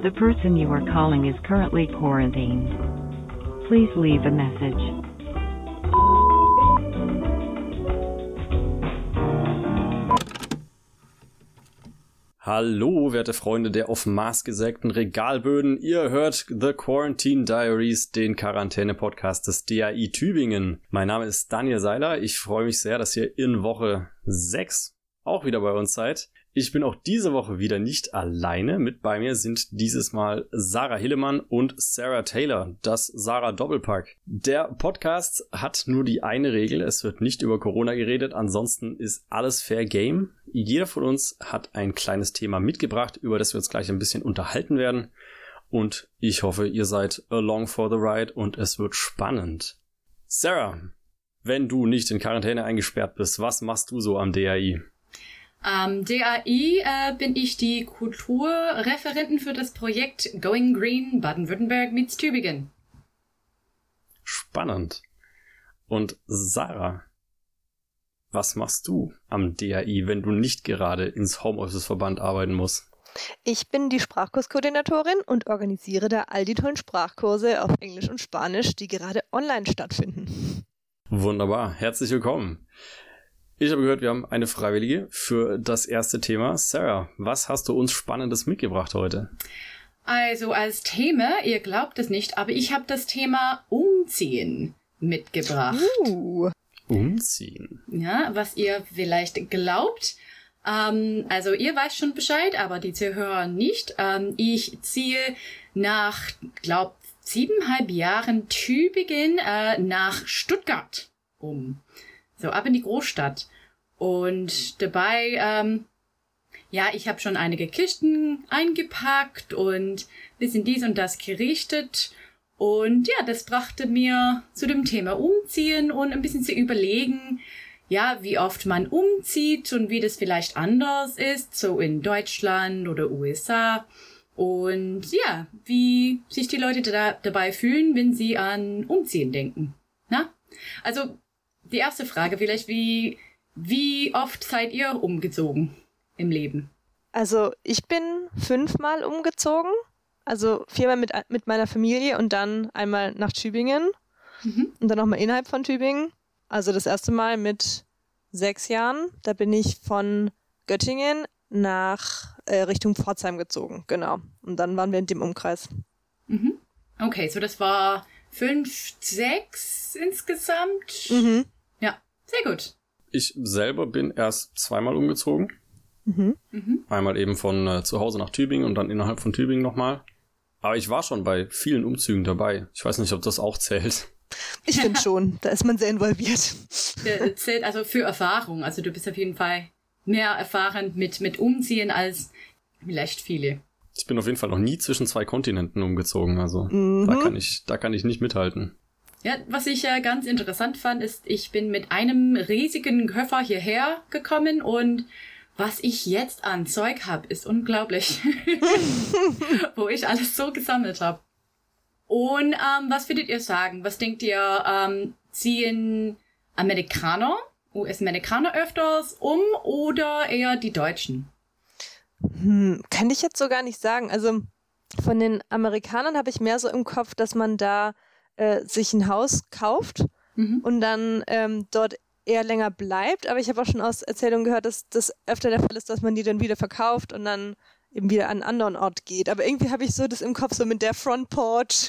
The person you are calling is currently quarantined. Please leave a message. Hallo, werte Freunde der auf Maß gesägten Regalböden. Ihr hört The Quarantine Diaries, den Quarantäne-Podcast des DAI Tübingen. Mein Name ist Daniel Seiler. Ich freue mich sehr, dass ihr in Woche 6 auch wieder bei uns seid. Ich bin auch diese Woche wieder nicht alleine. Mit bei mir sind dieses Mal Sarah Hillemann und Sarah Taylor, das Sarah Doppelpack. Der Podcast hat nur die eine Regel, es wird nicht über Corona geredet, ansonsten ist alles Fair Game. Jeder von uns hat ein kleines Thema mitgebracht, über das wir uns gleich ein bisschen unterhalten werden. Und ich hoffe, ihr seid along for the ride und es wird spannend. Sarah, wenn du nicht in Quarantäne eingesperrt bist, was machst du so am DAI? Am DAI bin ich die Kulturreferentin für das Projekt Going Green Baden-Württemberg meets Tübingen. Spannend. Und Sarah, was machst du am DAI, wenn du nicht gerade ins Homeoffice-Verband arbeiten musst? Ich bin die Sprachkurskoordinatorin und organisiere da all die tollen Sprachkurse auf Englisch und Spanisch, die gerade online stattfinden. Wunderbar, herzlich willkommen. Ich habe gehört, wir haben eine Freiwillige für das erste Thema. Sarah, was hast du uns Spannendes mitgebracht heute? Also als Thema, ihr glaubt es nicht, aber ich habe das Thema Umziehen mitgebracht. Umziehen? Ja, was ihr vielleicht glaubt. Also ihr weißt schon Bescheid, aber die Zuhörer nicht. Ich ziehe nach, 7,5 Jahren Tübingen nach Stuttgart um. So, ab in die Großstadt. Und dabei, ich habe schon einige Kisten eingepackt und bisschen dies und das gerichtet. Und ja, das brachte mir zu dem Thema Umziehen und ein bisschen zu überlegen, ja, wie oft man umzieht und wie das vielleicht anders ist, so in Deutschland oder USA. Und ja, wie sich die Leute dabei fühlen, wenn sie an Umziehen denken. Na? Also, die erste Frage vielleicht, wie oft seid ihr umgezogen im Leben? Also ich bin 5-mal umgezogen, also 4-mal mit meiner Familie und dann einmal nach Tübingen und dann nochmal innerhalb von Tübingen. Also das erste Mal mit 6 Jahren, da bin ich von Göttingen nach Richtung Pforzheim gezogen, genau. Und dann waren wir in dem Umkreis. Mhm. Okay, so das war 5, 6 insgesamt? Mhm. Ja, sehr gut. Ich selber bin erst 2-mal umgezogen. Einmal eben von zu Hause nach Tübingen und dann innerhalb von Tübingen nochmal. Aber ich war schon bei vielen Umzügen dabei. Ich weiß nicht, ob das auch zählt. Ich finde schon, da ist man sehr involviert. Zählt also für Erfahrung. Also du bist auf jeden Fall mehr erfahren mit Umziehen als vielleicht viele. Ich bin auf jeden Fall noch nie zwischen 2 Kontinenten umgezogen. Also da kann ich nicht mithalten. Ja, was ich ganz interessant fand, ist, ich bin mit einem riesigen Koffer hierher gekommen und was ich jetzt an Zeug habe, ist unglaublich. Wo ich alles so gesammelt habe. Und was würdet ihr sagen? Was denkt ihr, ziehen US-Amerikaner öfters um oder eher die Deutschen? Kann ich jetzt so gar nicht sagen. Also von den Amerikanern habe ich mehr so im Kopf, dass man da sich ein Haus kauft und dann dort eher länger bleibt. Aber ich habe auch schon aus Erzählungen gehört, dass das öfter der Fall ist, dass man die dann wieder verkauft und dann eben wieder an einen anderen Ort geht. Aber irgendwie habe ich so das im Kopf, so mit der Front Porch.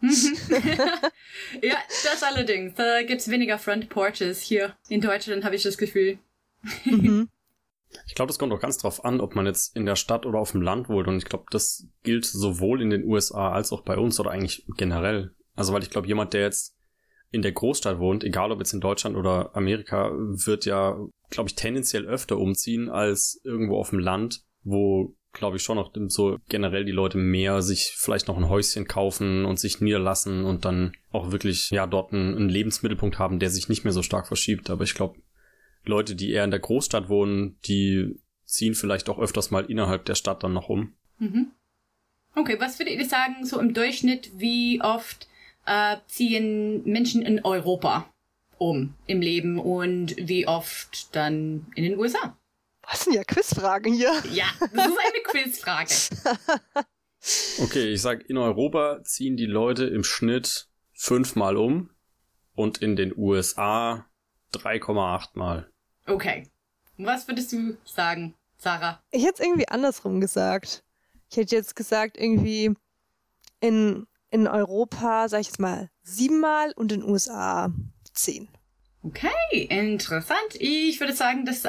Ja, das allerdings. Da gibt's weniger Front Porches hier in Deutschland, habe ich das Gefühl. Ich glaube, das kommt auch ganz drauf an, ob man jetzt in der Stadt oder auf dem Land wohnt. Und ich glaube, das gilt sowohl in den USA als auch bei uns oder eigentlich generell. Also weil ich glaube, jemand, der jetzt in der Großstadt wohnt, egal ob jetzt in Deutschland oder Amerika, wird ja, glaube ich, tendenziell öfter umziehen als irgendwo auf dem Land, wo, glaube ich, schon noch so generell die Leute mehr sich vielleicht noch ein Häuschen kaufen und sich niederlassen und dann auch wirklich ja dort einen Lebensmittelpunkt haben, der sich nicht mehr so stark verschiebt. Aber ich glaube, Leute, die eher in der Großstadt wohnen, die ziehen vielleicht auch öfters mal innerhalb der Stadt dann noch um. Okay, was würdet ihr sagen, so im Durchschnitt, wie oft ziehen Menschen in Europa um im Leben und wie oft dann in den USA? Was sind ja Quizfragen hier? Ja, das ist eine Quizfrage. Okay, ich sag, in Europa ziehen die Leute im Schnitt 5-mal um und in den USA 3,8 Mal. Okay. Was würdest du sagen, Sarah? Ich hätte es irgendwie andersrum gesagt. Ich hätte jetzt gesagt, irgendwie in Europa, sag ich jetzt mal, 7-mal und in den USA 10. Okay, interessant. Ich würde sagen, dass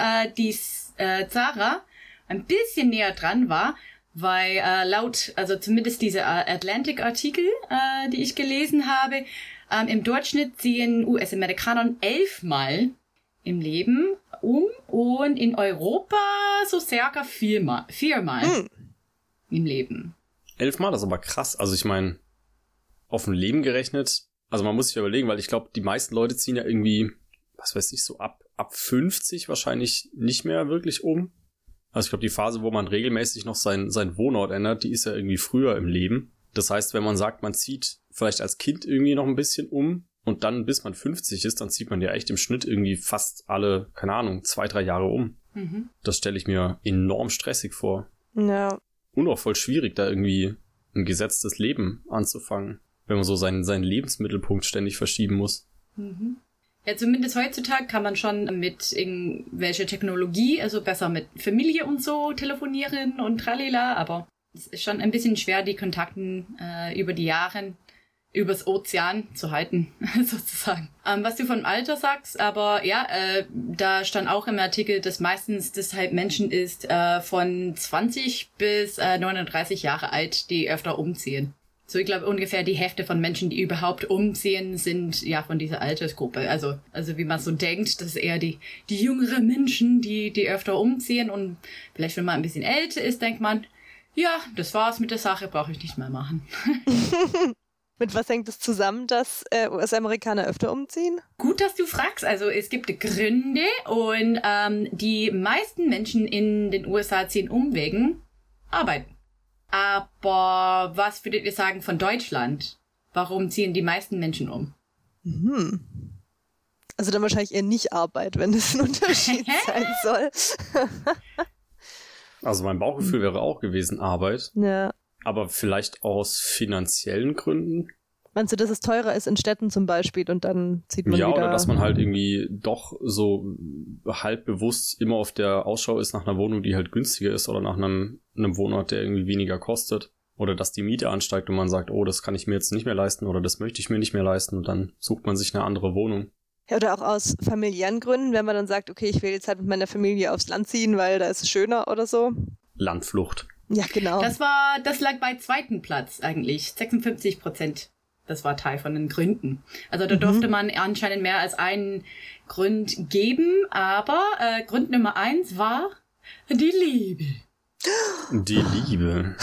Sarah ein bisschen näher dran war, weil also zumindest diese Atlantic-Artikel, die ich gelesen habe, im Durchschnitt ziehen US-Amerikaner 11-mal im Leben um und in Europa so circa 4-mal im Leben. 11-mal, das ist aber krass. Also ich meine, auf ein Leben gerechnet, also man muss sich überlegen, weil ich glaube, die meisten Leute ziehen ja irgendwie, was weiß ich, so ab 50 wahrscheinlich nicht mehr wirklich um. Also ich glaube, die Phase, wo man regelmäßig noch seinen Wohnort ändert, die ist ja irgendwie früher im Leben. Das heißt, wenn man sagt, man zieht vielleicht als Kind irgendwie noch ein bisschen um und dann bis man 50 ist, dann zieht man ja echt im Schnitt irgendwie fast alle, keine Ahnung, 2-3 Jahre um. Mhm. Das stelle ich mir enorm stressig vor. Ja. Und auch voll schwierig, da irgendwie ein gesetztes Leben anzufangen, wenn man so seinen Lebensmittelpunkt ständig verschieben muss. Mhm. Ja, zumindest heutzutage kann man schon mit irgendwelcher Technologie, also besser mit Familie und so telefonieren und tralala, aber es ist schon ein bisschen schwer, die Kontakten über die Jahre übers Ozean zu halten, sozusagen. Was du vom Alter sagst, aber ja, da stand auch im Artikel, dass meistens das halt Menschen ist von 20 bis 39 Jahre alt, die öfter umziehen. So, ich glaube, ungefähr die Hälfte von Menschen, die überhaupt umziehen, sind ja von dieser Altersgruppe. Also wie man so denkt, das ist eher die jüngeren Menschen, die öfter umziehen. Und vielleicht, wenn man ein bisschen älter ist, denkt man, ja, das war's mit der Sache, brauche ich nicht mehr machen. Mit was hängt es zusammen, dass US-Amerikaner öfter umziehen? Gut, dass du fragst. Also es gibt Gründe und die meisten Menschen in den USA ziehen um wegen Arbeiten. Aber was würdet ihr sagen von Deutschland? Warum ziehen die meisten Menschen um? Also dann wahrscheinlich eher nicht Arbeit, wenn es ein Unterschied sein soll. Also mein Bauchgefühl wäre auch gewesen Arbeit. Ja. Aber vielleicht aus finanziellen Gründen. Meinst du, dass es teurer ist in Städten zum Beispiel und dann zieht man wieder... Ja, oder dass man halt irgendwie doch so halb bewusst immer auf der Ausschau ist nach einer Wohnung, die halt günstiger ist oder nach einem Wohnort, der irgendwie weniger kostet. Oder dass die Miete ansteigt und man sagt, oh, das kann ich mir jetzt nicht mehr leisten oder das möchte ich mir nicht mehr leisten und dann sucht man sich eine andere Wohnung. Ja, oder auch aus familiären Gründen, wenn man dann sagt, okay, ich will jetzt halt mit meiner Familie aufs Land ziehen, weil da ist es schöner oder so. Landflucht. Ja, genau. Das lag bei zweiten Platz eigentlich, 56%. Das war Teil von den Gründen. Also da durfte man anscheinend mehr als einen Grund geben, aber Grund Nummer 1 war die Liebe. Die Liebe.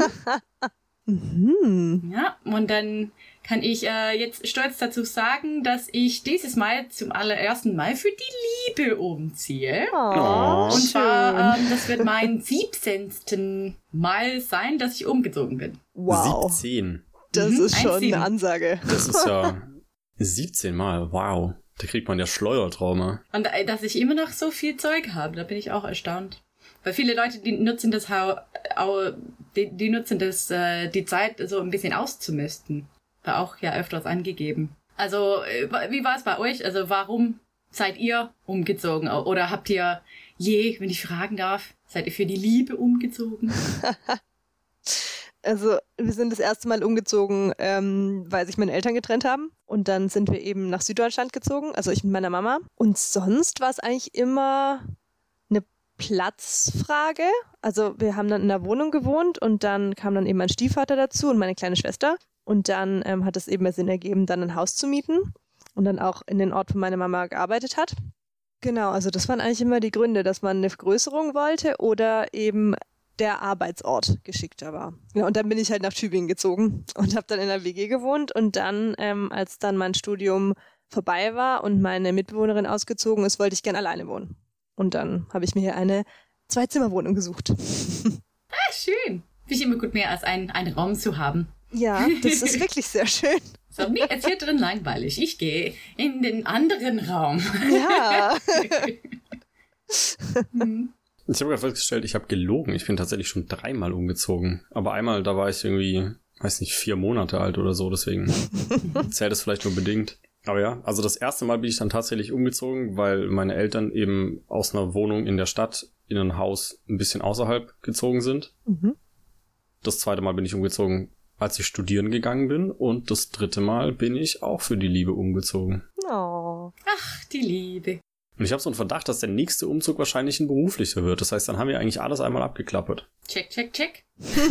Ja, und dann kann ich jetzt stolz dazu sagen, dass ich dieses Mal zum allerersten Mal für die Liebe umziehe. Oh, und zwar, das wird mein 17. Mal sein, dass ich umgezogen bin. Wow. 17. Das ist schon eine Ansage. Das ist ja 17 Mal, wow. Da kriegt man ja Schleudertrauma. Und dass ich immer noch so viel Zeug habe, da bin ich auch erstaunt. Weil viele Leute, die nutzen das die Zeit so ein bisschen auszumisten. War auch ja öfters angegeben. Also, wie war es bei euch? Also, warum seid ihr umgezogen? Oder habt ihr wenn ich fragen darf, seid ihr für die Liebe umgezogen? Also wir sind das erste Mal umgezogen, weil sich meine Eltern getrennt haben. Und dann sind wir eben nach Süddeutschland gezogen, also ich mit meiner Mama. Und sonst war es eigentlich immer eine Platzfrage. Also wir haben dann in einer Wohnung gewohnt und dann kam dann eben mein Stiefvater dazu und meine kleine Schwester. Und dann hat es eben mehr Sinn ergeben, dann ein Haus zu mieten und dann auch in den Ort, wo meine Mama gearbeitet hat. Genau, also das waren eigentlich immer die Gründe, dass man eine Vergrößerung wollte oder eben der Arbeitsort geschickter war. Ja, und dann bin ich halt nach Tübingen gezogen und habe dann in der WG gewohnt und dann, als dann mein Studium vorbei war und meine Mitbewohnerin ausgezogen ist, wollte ich gern alleine wohnen. Und dann habe ich mir hier eine 2-Zimmer-Wohnung gesucht. Ah, schön. Finde ich immer gut, mehr als einen Raum zu haben. Ja, das ist wirklich sehr schön. So, mir ist hier drin langweilig. Ich gehe in den anderen Raum. Ja. Ich habe gerade festgestellt, ich habe gelogen. Ich bin tatsächlich schon 3-mal umgezogen. Aber einmal, da war ich irgendwie, weiß nicht, 4 Monate alt oder so, deswegen zählt es vielleicht nur bedingt. Aber ja, also das erste Mal bin ich dann tatsächlich umgezogen, weil meine Eltern eben aus einer Wohnung in der Stadt in ein Haus ein bisschen außerhalb gezogen sind. Mhm. Das zweite Mal bin ich umgezogen, als ich studieren gegangen bin. Und das dritte Mal bin ich auch für die Liebe umgezogen. Oh. Ach, die Liebe. Und ich habe so einen Verdacht, dass der nächste Umzug wahrscheinlich ein beruflicher wird. Das heißt, dann haben wir eigentlich alles einmal abgeklappert. Check, check, check.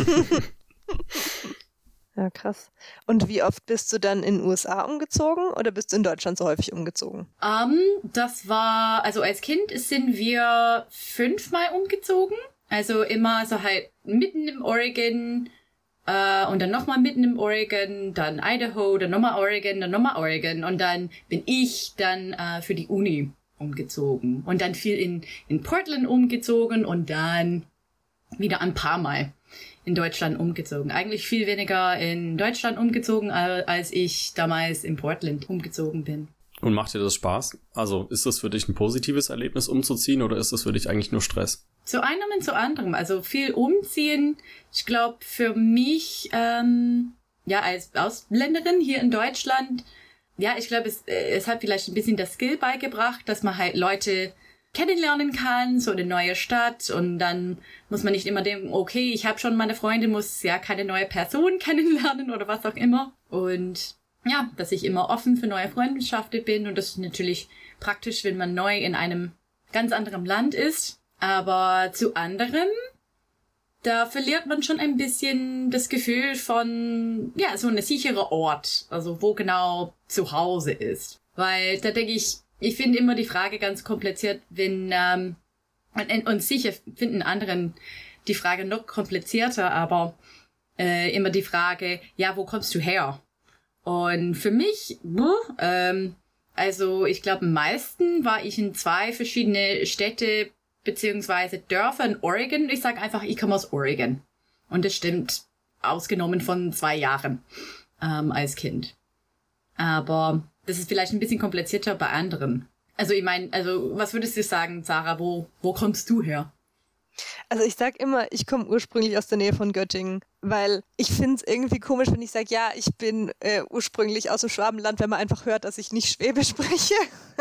Ja, krass. Und wie oft bist du dann in den USA umgezogen oder bist du in Deutschland so häufig umgezogen? Das war, also als Kind sind wir 5-mal umgezogen. Also immer so halt mitten im Oregon und dann nochmal mitten im Oregon, dann Idaho, dann nochmal Oregon, dann nochmal Oregon. Und dann bin ich dann für die Uni umgezogen. Und dann viel in Portland umgezogen und dann wieder ein paar Mal in Deutschland umgezogen. Eigentlich viel weniger in Deutschland umgezogen, als ich damals in Portland umgezogen bin. Und macht dir das Spaß? Also ist das für dich ein positives Erlebnis, umzuziehen, oder ist das für dich eigentlich nur Stress? Zu einem und zu anderem. Also viel umziehen. Ich glaube, für mich, als Ausländerin hier in Deutschland, ja, ich glaube, es hat vielleicht ein bisschen das Skill beigebracht, dass man halt Leute kennenlernen kann, so eine neue Stadt, und dann muss man nicht immer denken, okay, ich habe schon meine Freundin, muss ja keine neue Person kennenlernen oder was auch immer. Und ja, dass ich immer offen für neue Freundschaften bin, und das ist natürlich praktisch, wenn man neu in einem ganz anderen Land ist. Aber zu anderen, da verliert man schon ein bisschen das Gefühl von, ja, so ein sicherer Ort, also wo genau zu Hause ist. Weil da denke ich finde immer die Frage ganz kompliziert, wenn, und sicher finden anderen die Frage noch komplizierter, aber immer die Frage, ja, wo kommst du her? Und für mich, also ich glaube, am meisten war ich in 2 verschiedene Städte beziehungsweise Dörfer in Oregon. Ich sage einfach, ich komme aus Oregon. Und das stimmt, ausgenommen von 2 Jahren als Kind. Aber das ist vielleicht ein bisschen komplizierter bei anderen. Also ich meine, was würdest du sagen, Sarah, wo kommst du her? Also ich sag immer, ich komme ursprünglich aus der Nähe von Göttingen, weil ich finde es irgendwie komisch, wenn ich sage, ja, ich bin ursprünglich aus dem Schwabenland, wenn man einfach hört, dass ich nicht Schwäbisch spreche.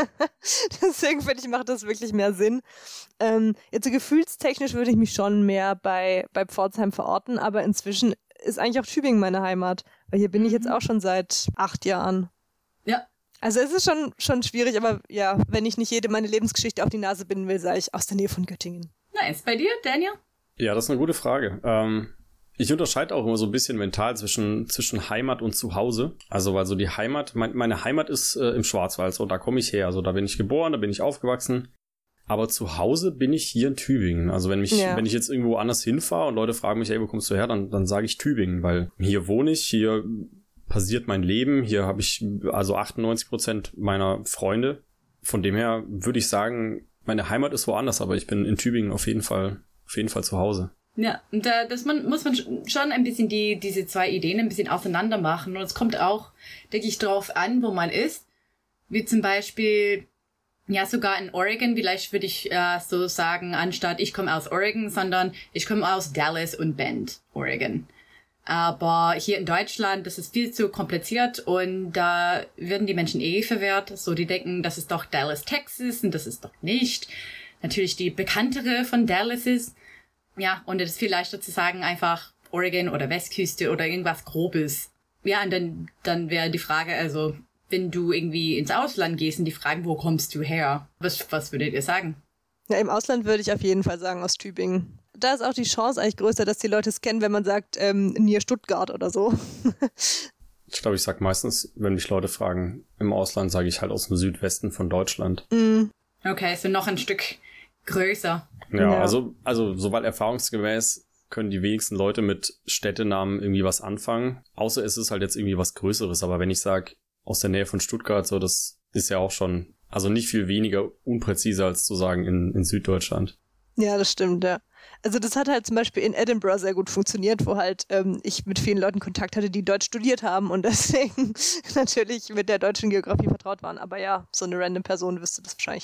Deswegen finde ich, macht das wirklich mehr Sinn. Jetzt so gefühlstechnisch würde ich mich schon mehr bei Pforzheim verorten, aber inzwischen ist eigentlich auch Tübingen meine Heimat, weil hier bin ich jetzt auch schon seit 8 Jahren. Ja. Also es ist schon schwierig, aber ja, wenn ich nicht meine Lebensgeschichte auf die Nase binden will, sage ich aus der Nähe von Göttingen. Nice. Bei dir, Daniel? Ja, das ist eine gute Frage. Ich unterscheide auch immer so ein bisschen mental zwischen Heimat und Zuhause. Also, weil so die Heimat, meine Heimat ist im Schwarzwald, so da komme ich her. Also da bin ich geboren, da bin ich aufgewachsen. Aber zu Hause bin ich hier in Tübingen. Also wenn ich jetzt irgendwo anders hinfahre und Leute fragen mich, ey, wo kommst du her? Dann sage ich Tübingen, weil hier wohne ich, hier passiert mein Leben, hier habe ich also 98% meiner Freunde. Von dem her würde ich sagen, meine Heimat ist woanders, aber ich bin in Tübingen auf jeden Fall zu Hause. Ja, und muss man schon ein bisschen diese 2 Ideen ein bisschen auseinander machen. Und es kommt auch, denke ich, drauf an, wo man ist. Wie zum Beispiel, ja, sogar in Oregon, vielleicht würde ich so sagen, anstatt ich komme aus Oregon, sondern ich komme aus Dallas und Bend, Oregon. Aber hier in Deutschland, das ist viel zu kompliziert, und da werden die Menschen verwirrt. So, die denken, das ist doch Dallas, Texas, und das ist doch nicht. Natürlich die bekanntere von Dallas ist. Ja, und es ist viel leichter zu sagen, einfach Oregon oder Westküste oder irgendwas Grobes. Ja, und dann wäre die Frage, also, wenn du irgendwie ins Ausland gehst und die fragen, wo kommst du her? Was würdet ihr sagen? Ja, im Ausland würde ich auf jeden Fall sagen, aus Tübingen. Da ist auch die Chance eigentlich größer, dass die Leute es kennen, wenn man sagt, near Stuttgart oder so. Ich glaube, ich sage meistens, wenn mich Leute fragen, im Ausland, sage ich halt aus dem Südwesten von Deutschland. Okay, so noch ein Stück größer. Ja. Also soweit erfahrungsgemäß können die wenigsten Leute mit Städtenamen irgendwie was anfangen. Außer es ist halt jetzt irgendwie was Größeres. Aber wenn ich sage, aus der Nähe von Stuttgart, so, das ist ja auch schon, also nicht viel weniger unpräziser als zu sagen in Süddeutschland. Ja, das stimmt, ja. Also das hat halt zum Beispiel in Edinburgh sehr gut funktioniert, wo halt ich mit vielen Leuten Kontakt hatte, die Deutsch studiert haben und deswegen natürlich mit der deutschen Geografie vertraut waren. Aber ja, so eine random Person wüsste das wahrscheinlich nicht.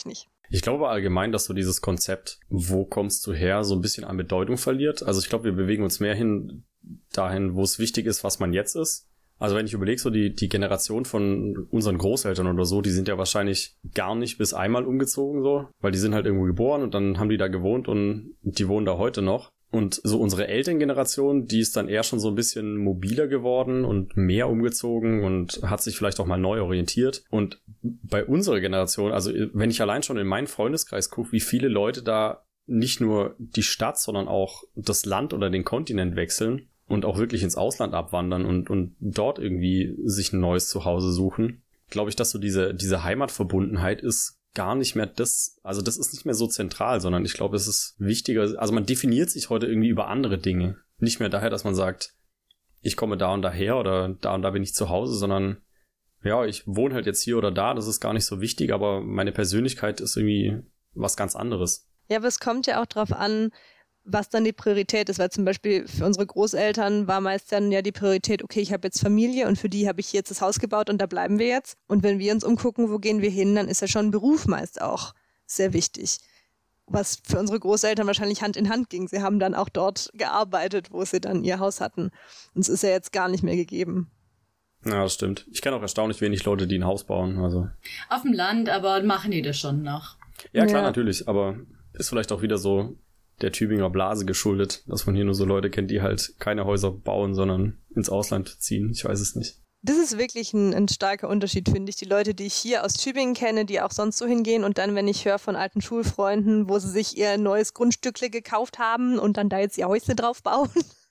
Ich glaube allgemein, dass so dieses Konzept, wo kommst du her, so ein bisschen an Bedeutung verliert. Also ich glaube, wir bewegen uns mehr dahin, wo es wichtig ist, was man jetzt ist. Also wenn ich überlege, so die Generation von unseren Großeltern oder so, die sind ja wahrscheinlich gar nicht bis einmal umgezogen so, weil die sind halt irgendwo geboren und dann haben die da gewohnt und die wohnen da heute noch. Und so unsere Elterngeneration, die ist dann eher schon so ein bisschen mobiler geworden und mehr umgezogen und hat sich vielleicht auch mal neu orientiert. Und bei unserer Generation, also wenn ich allein schon in meinen Freundeskreis gucke, wie viele Leute da nicht nur die Stadt, sondern auch das Land oder den Kontinent wechseln und auch wirklich ins Ausland abwandern und dort irgendwie sich ein neues Zuhause suchen, glaube ich, dass so diese Heimatverbundenheit ist gar nicht mehr das ist nicht mehr so zentral, sondern ich glaube, es ist wichtiger, also man definiert sich heute irgendwie über andere Dinge. Nicht mehr daher, dass man sagt, ich komme da und daher oder da und da bin ich zu Hause, sondern ja, ich wohne halt jetzt hier oder da, das ist gar nicht so wichtig, aber meine Persönlichkeit ist irgendwie was ganz anderes. Ja, aber es kommt ja auch drauf an, was dann die Priorität ist, weil zum Beispiel für unsere Großeltern war meist dann ja die Priorität, okay, ich habe jetzt Familie und für die habe ich jetzt das Haus gebaut und da bleiben wir jetzt. Und wenn wir uns umgucken, wo gehen wir hin, dann ist ja schon Beruf meist auch sehr wichtig. Was für unsere Großeltern wahrscheinlich Hand in Hand ging. Sie haben dann auch dort gearbeitet, wo sie dann ihr Haus hatten. Und es ist ja jetzt gar nicht mehr gegeben. Ja, das stimmt. Ich kenne auch erstaunlich wenig Leute, die ein Haus bauen. Also auf dem Land, aber machen die das schon noch. Ja, klar, natürlich. Aber ist vielleicht auch wieder so der Tübinger Blase geschuldet, dass man hier nur so Leute kennt, die halt keine Häuser bauen, sondern ins Ausland ziehen. Ich weiß es nicht. Das ist wirklich ein starker Unterschied, finde ich. Die Leute, die ich hier aus Tübingen kenne, die auch sonst so hingehen und dann, wenn ich höre von alten Schulfreunden, wo sie sich ihr neues Grundstückle gekauft haben und dann da jetzt ihr Häusle drauf bauen.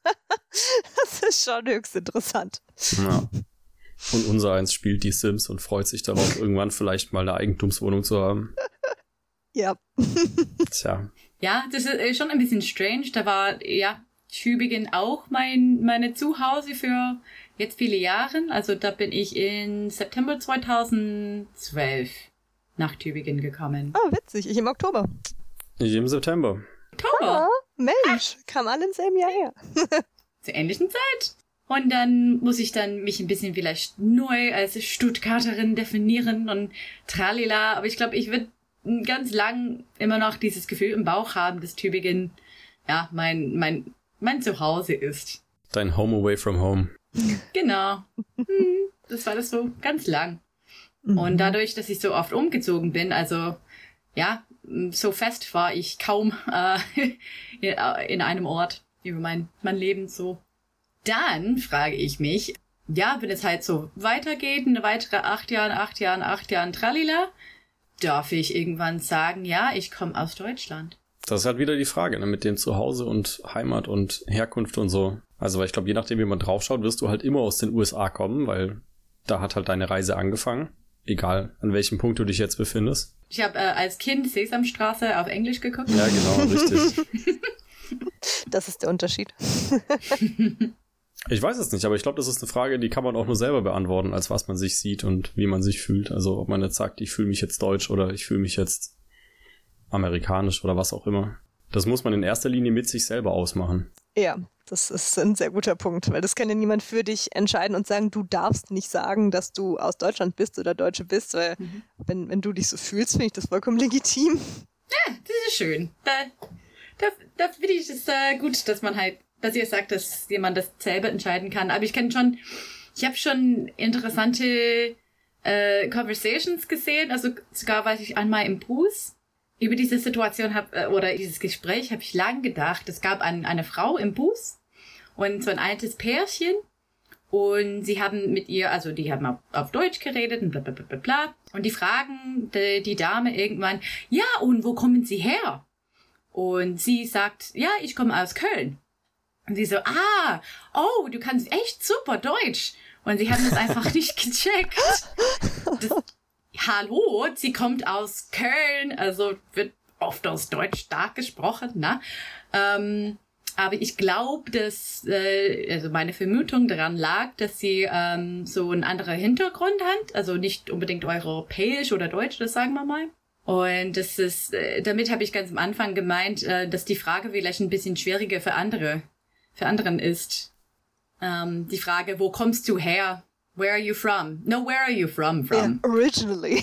Das ist schon höchst interessant. Ja. Und unser eins spielt die Sims und freut sich darauf, irgendwann vielleicht mal eine Eigentumswohnung zu haben. Ja. Tja. Ja, das ist schon ein bisschen strange. Da war ja Tübingen auch meine Zuhause für jetzt viele Jahre. Also da bin ich in September 2012 nach Tübingen gekommen. Oh, witzig. Ich im Oktober. Ich im September. Oktober? Mensch, kam alle im selben Jahr her. Zur ähnlichen Zeit. Und dann muss ich dann mich ein bisschen vielleicht neu als Stuttgarterin definieren und tralala. Aber ich glaube, ich würde ganz lang immer noch dieses Gefühl im Bauch haben, dass Tübingen ja mein Zuhause ist. Dein Home away from home. Genau. Das war das so ganz lang. Und dadurch, dass ich so oft umgezogen bin, also ja, so fest war ich kaum in einem Ort über mein Leben so. Dann frage ich mich, ja, wenn es halt so weitergeht, eine weitere 8 Jahren, tralila, darf ich irgendwann sagen, ja, ich komme aus Deutschland. Das ist halt wieder die Frage, ne, mit dem Zuhause und Heimat und Herkunft und so. Also, weil ich glaube, je nachdem, wie man draufschaut, wirst du halt immer aus den USA kommen, weil da hat halt deine Reise angefangen. Egal, an welchem Punkt du dich jetzt befindest. Ich habe als Kind Sesamstraße auf Englisch geguckt. Ja, genau, richtig. Das ist der Unterschied. Ich weiß es nicht, aber ich glaube, das ist eine Frage, die kann man auch nur selber beantworten, als was man sich sieht und wie man sich fühlt. Also ob man jetzt sagt, ich fühle mich jetzt deutsch oder ich fühle mich jetzt amerikanisch oder was auch immer. Das muss man in erster Linie mit sich selber ausmachen. Ja, das ist ein sehr guter Punkt, weil das kann ja niemand für dich entscheiden und sagen, du darfst nicht sagen, dass du aus Deutschland bist oder Deutsche bist, weil wenn du dich so fühlst, finde ich das vollkommen legitim. Ja, das ist schön. Da finde ich es gut, dass man halt, dass ihr sagt, dass jemand das selber entscheiden kann. Aber ich habe schon interessante Conversations gesehen, also sogar war ich einmal im Bus. Über diese Situation oder dieses Gespräch habe ich lang gedacht. Es gab eine Frau im Bus und so ein altes Pärchen und sie haben mit ihr, also die haben auf Deutsch geredet und bla bla bla bla. Und die fragen die Dame irgendwann, ja, und wo kommen Sie her? Und sie sagt, ja, ich komme aus Köln. Und sie so, oh, du kannst echt super Deutsch. Und sie haben das einfach nicht gecheckt. Hallo, sie kommt aus Köln, also wird oft aus Deutsch stark gesprochen, ne? Aber ich glaube, dass, also meine Vermutung daran lag, dass sie so einen anderen Hintergrund hat, also nicht unbedingt europäisch oder deutsch, das sagen wir mal. Und das ist, damit habe ich ganz am Anfang gemeint, dass die Frage vielleicht ein bisschen schwieriger für anderen ist. Die Frage, wo kommst du her? Where are you from? No, where are you from? Yeah, originally.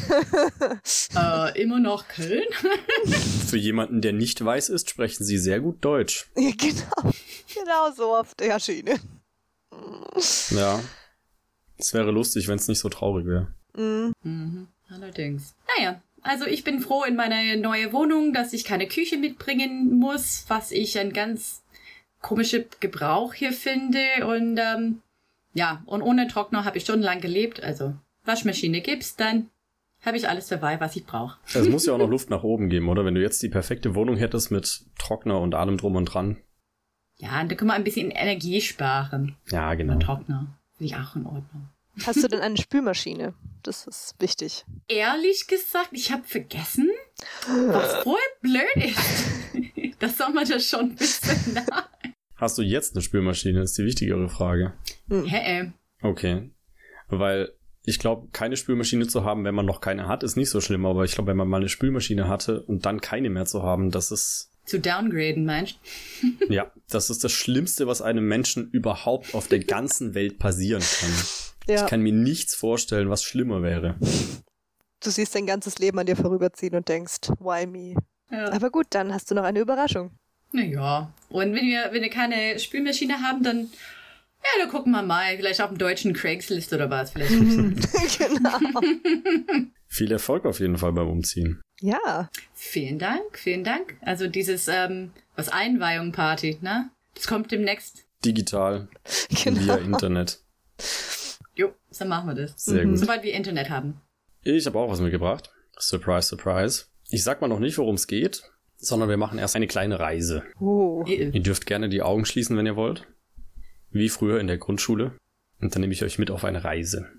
Immer noch Köln? Für jemanden, der nicht weiß ist, sprechen Sie sehr gut Deutsch. Ja, genau. Genau so auf der Schiene. Ja. Es wäre lustig, wenn es nicht so traurig wäre. Allerdings. Naja, also ich bin froh in meiner neuen Wohnung, dass ich keine Küche mitbringen muss, was ich ein ganz komischer Gebrauch hier finde. Und und ohne Trockner habe ich stundenlang gelebt. Also Waschmaschine gibt's, dann habe ich alles dabei, was ich brauche. Es muss ja auch noch Luft nach oben geben, oder? Wenn du jetzt die perfekte Wohnung hättest mit Trockner und allem drum und dran. Ja, und da können wir ein bisschen Energie sparen. Ja, genau. Und Trockner finde ich auch in Ordnung. Hast du denn eine Spülmaschine? Das ist wichtig. Ehrlich gesagt, ich habe vergessen, was voll blöd ist. Das soll man das schon wissen. Hast du jetzt eine Spülmaschine? Ist die wichtigere Frage. Okay. Weil ich glaube, keine Spülmaschine zu haben, wenn man noch keine hat, ist nicht so schlimm. Aber ich glaube, wenn man mal eine Spülmaschine hatte und dann keine mehr zu haben, das ist... Zu downgraden, meinst du? Ja, das ist das Schlimmste, was einem Menschen überhaupt auf der ganzen Welt passieren kann. Ja. Ich kann mir nichts vorstellen, was schlimmer wäre. Du siehst dein ganzes Leben an dir vorüberziehen und denkst, why me? Ja. Aber gut, dann hast du noch eine Überraschung. Naja, und wenn wir keine Spülmaschine haben, dann gucken wir mal, vielleicht auf dem deutschen Craigslist oder was. Vielleicht. Genau. Viel Erfolg auf jeden Fall beim Umziehen. Ja. Vielen Dank. Also dieses, Einweihung-Party, ne? Das kommt demnächst. Digital. Genau. Via Internet. Jo, so machen wir das. Sehr gut. Sobald wir Internet haben. Ich habe auch was mitgebracht. Surprise, surprise. Ich sag mal noch nicht, worum es geht, sondern wir machen erst eine kleine Reise. Oh. Ihr dürft gerne die Augen schließen, wenn ihr wollt. Wie früher in der Grundschule. Und dann nehme ich euch mit auf eine Reise.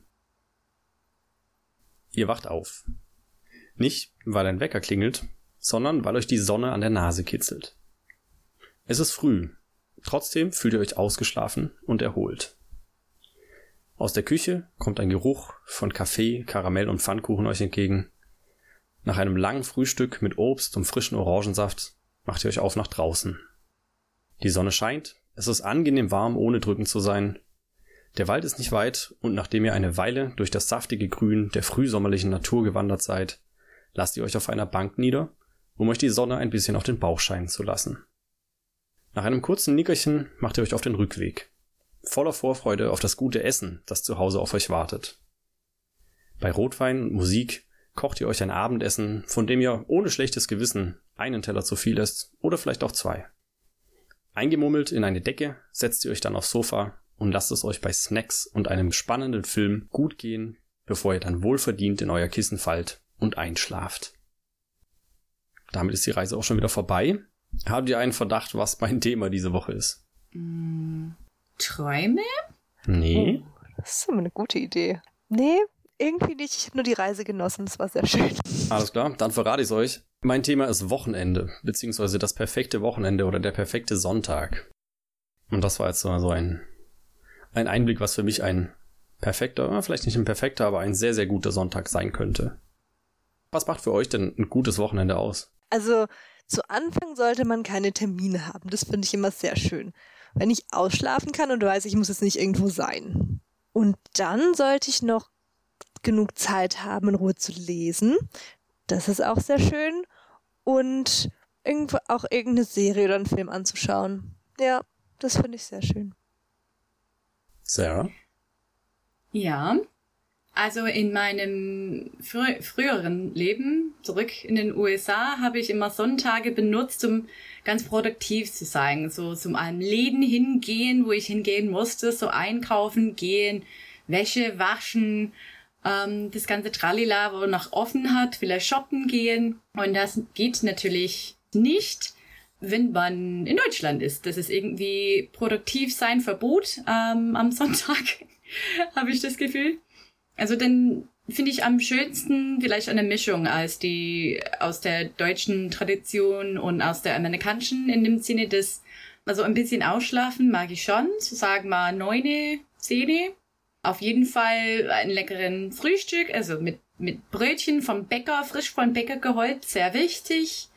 Ihr wacht auf. Nicht, weil ein Wecker klingelt, sondern weil euch die Sonne an der Nase kitzelt. Es ist früh. Trotzdem fühlt ihr euch ausgeschlafen und erholt. Aus der Küche kommt ein Geruch von Kaffee, Karamell und Pfannkuchen euch entgegen. Nach einem langen Frühstück mit Obst und frischen Orangensaft macht ihr euch auf nach draußen. Die Sonne scheint, es ist angenehm warm, ohne drückend zu sein. Der Wald ist nicht weit und nachdem ihr eine Weile durch das saftige Grün der frühsommerlichen Natur gewandert seid, lasst ihr euch auf einer Bank nieder, um euch die Sonne ein bisschen auf den Bauch scheinen zu lassen. Nach einem kurzen Nickerchen macht ihr euch auf den Rückweg. Voller Vorfreude auf das gute Essen, das zu Hause auf euch wartet. Bei Rotwein und Musik kocht ihr euch ein Abendessen, von dem ihr ohne schlechtes Gewissen einen Teller zu viel esst oder vielleicht auch 2. Eingemummelt in eine Decke setzt ihr euch dann aufs Sofa und lasst es euch bei Snacks und einem spannenden Film gut gehen, bevor ihr dann wohlverdient in euer Kissen fallt und einschlaft. Damit ist die Reise auch schon wieder vorbei. Habt ihr einen Verdacht, was mein Thema diese Woche ist? Träume? Nee. Oh, das ist immer eine gute Idee. Nee, irgendwie nicht. Ich habe nur die Reise genossen. Das war sehr schön. Alles klar, dann verrate ich es euch. Mein Thema ist Wochenende, beziehungsweise das perfekte Wochenende oder der perfekte Sonntag. Und das war jetzt so ein Einblick, was für mich ein perfekter, vielleicht nicht ein perfekter, aber ein sehr, sehr guter Sonntag sein könnte. Was macht für euch denn ein gutes Wochenende aus? Also zu Anfang sollte man keine Termine haben. Das finde ich immer sehr schön. Wenn ich ausschlafen kann und weiß, ich muss jetzt nicht irgendwo sein. Und dann sollte ich noch genug Zeit haben, in Ruhe zu lesen. Das ist auch sehr schön. Und irgendwo auch irgendeine Serie oder einen Film anzuschauen. Ja, das finde ich sehr schön. Sarah? Ja, also in meinem früheren Leben, zurück in den USA, habe ich immer Sonntage benutzt, um ganz produktiv zu sein. So zum einem Läden hingehen, wo ich hingehen musste, so einkaufen gehen, Wäsche waschen, das ganze Tralala, wo noch offen hat, vielleicht shoppen gehen. Und das geht natürlich nicht, wenn man in Deutschland ist. Das ist irgendwie produktiv sein Verbot am Sonntag, habe ich das Gefühl. Also dann finde ich am schönsten vielleicht eine Mischung als die aus der deutschen Tradition und aus der amerikanischen, in dem Sinne des, also ein bisschen ausschlafen mag ich schon, so sagen wir 9, 10. Auf jeden Fall einen leckeren Frühstück, also mit Brötchen vom Bäcker, frisch vom Bäcker geholt, sehr wichtig.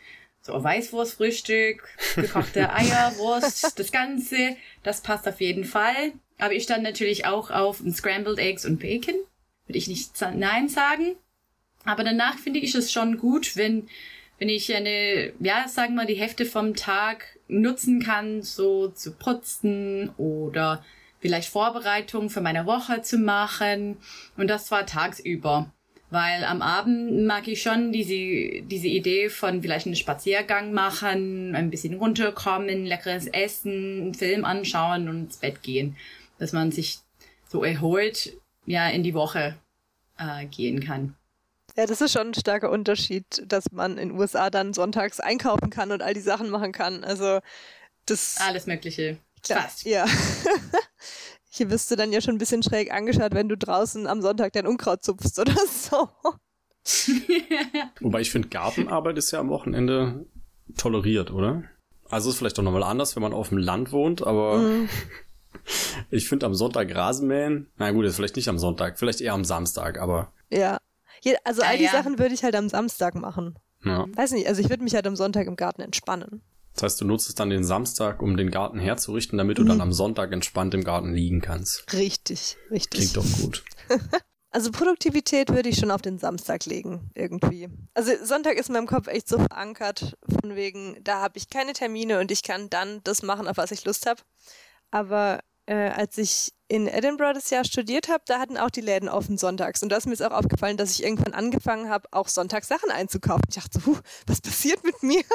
so ein Weißwurstfrühstück, gekochte Eier, Wurst, das Ganze, das passt auf jeden Fall. Aber ich stand natürlich auch auf Scrambled Eggs und Bacon. Würde ich nicht Nein sagen. Aber danach finde ich es schon gut, wenn ich sagen wir, die Hälfte vom Tag nutzen kann, so zu putzen oder vielleicht Vorbereitungen für meine Woche zu machen. Und das zwar tagsüber. Weil am Abend mag ich schon diese Idee von vielleicht einen Spaziergang machen, ein bisschen runterkommen, leckeres Essen, einen Film anschauen und ins Bett gehen. Dass man sich so erholt, in die Woche gehen kann. Ja, das ist schon ein starker Unterschied, dass man in den USA dann sonntags einkaufen kann und all die Sachen machen kann. Also das... Alles Mögliche. Fast. Ja. Hier wirst du dann ja schon ein bisschen schräg angeschaut, wenn du draußen am Sonntag dein Unkraut zupfst oder so. Wobei ich finde, Gartenarbeit ist ja am Wochenende toleriert, oder? Also ist vielleicht auch nochmal anders, wenn man auf dem Land wohnt, aber ich finde am Sonntag Rasenmähen, na gut, ist vielleicht nicht am Sonntag, vielleicht eher am Samstag, aber... Ja, also all die Sachen würde ich halt am Samstag machen. Ja. Weiß nicht, also ich würde mich halt am Sonntag im Garten entspannen. Das heißt, du nutzt dann den Samstag, um den Garten herzurichten, damit du dann am Sonntag entspannt im Garten liegen kannst. Richtig. Klingt doch gut. Also Produktivität würde ich schon auf den Samstag legen, irgendwie. Also Sonntag ist in meinem Kopf echt so verankert, von wegen, da habe ich keine Termine und ich kann dann das machen, auf was ich Lust habe. Aber als ich in Edinburgh das Jahr studiert habe, da hatten auch die Läden offen sonntags. Und da ist mir jetzt auch aufgefallen, dass ich irgendwann angefangen habe, auch sonntags Sachen einzukaufen. Ich dachte so, was passiert mit mir?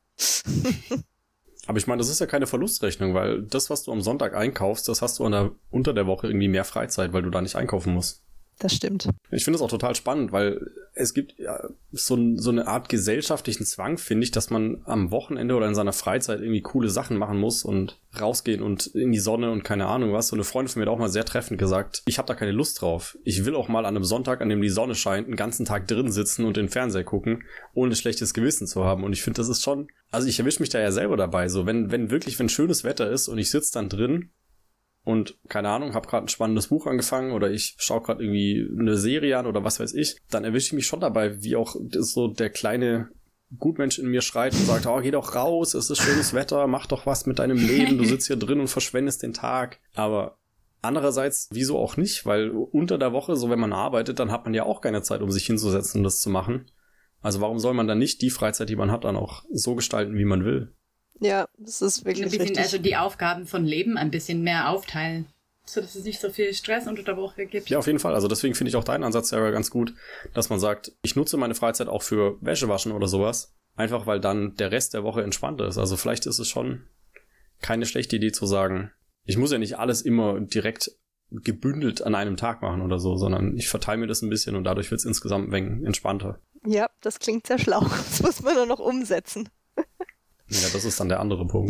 Aber ich meine, das ist ja keine Verlustrechnung, weil das, was du am Sonntag einkaufst, das hast du unter der Woche irgendwie mehr Freizeit, weil du da nicht einkaufen musst. Das stimmt. Ich finde es auch total spannend, weil es gibt ja so eine Art gesellschaftlichen Zwang, finde ich, dass man am Wochenende oder in seiner Freizeit irgendwie coole Sachen machen muss und rausgehen und in die Sonne und keine Ahnung was. So eine Freundin von mir hat auch mal sehr treffend gesagt, ich habe da keine Lust drauf. Ich will auch mal an einem Sonntag, an dem die Sonne scheint, einen ganzen Tag drin sitzen und den Fernseher gucken, ohne schlechtes Gewissen zu haben. Und ich finde, das ist schon, also ich erwische mich da ja selber dabei. So, wenn schönes Wetter ist und ich sitze dann drin, und keine Ahnung, habe gerade ein spannendes Buch angefangen oder ich schaue gerade irgendwie eine Serie an oder was weiß ich, dann erwische ich mich schon dabei, wie auch so der kleine Gutmensch in mir schreit und sagt, geh doch raus, es ist schönes Wetter, mach doch was mit deinem Leben, du sitzt hier drin und verschwendest den Tag. Aber andererseits, wieso auch nicht? Weil unter der Woche, so wenn man arbeitet, dann hat man ja auch keine Zeit, um sich hinzusetzen und das zu machen. Also warum soll man dann nicht die Freizeit, die man hat, dann auch so gestalten, wie man will? Ja, das ist wirklich richtig. Also die Aufgaben von Leben ein bisschen mehr aufteilen, so dass es nicht so viel Stress unter der Woche gibt. Ja, auf jeden Fall. Also deswegen finde ich auch deinen Ansatz, Sarah, ganz gut, dass man sagt, ich nutze meine Freizeit auch für Wäschewaschen oder sowas, einfach weil dann der Rest der Woche entspannt ist. Also vielleicht ist es schon keine schlechte Idee zu sagen, ich muss ja nicht alles immer direkt gebündelt an einem Tag machen oder so, sondern ich verteile mir das ein bisschen und dadurch wird es insgesamt ein wenig entspannter. Ja, das klingt sehr schlau. Das muss man nur noch umsetzen. Ja, das ist dann der andere Punkt.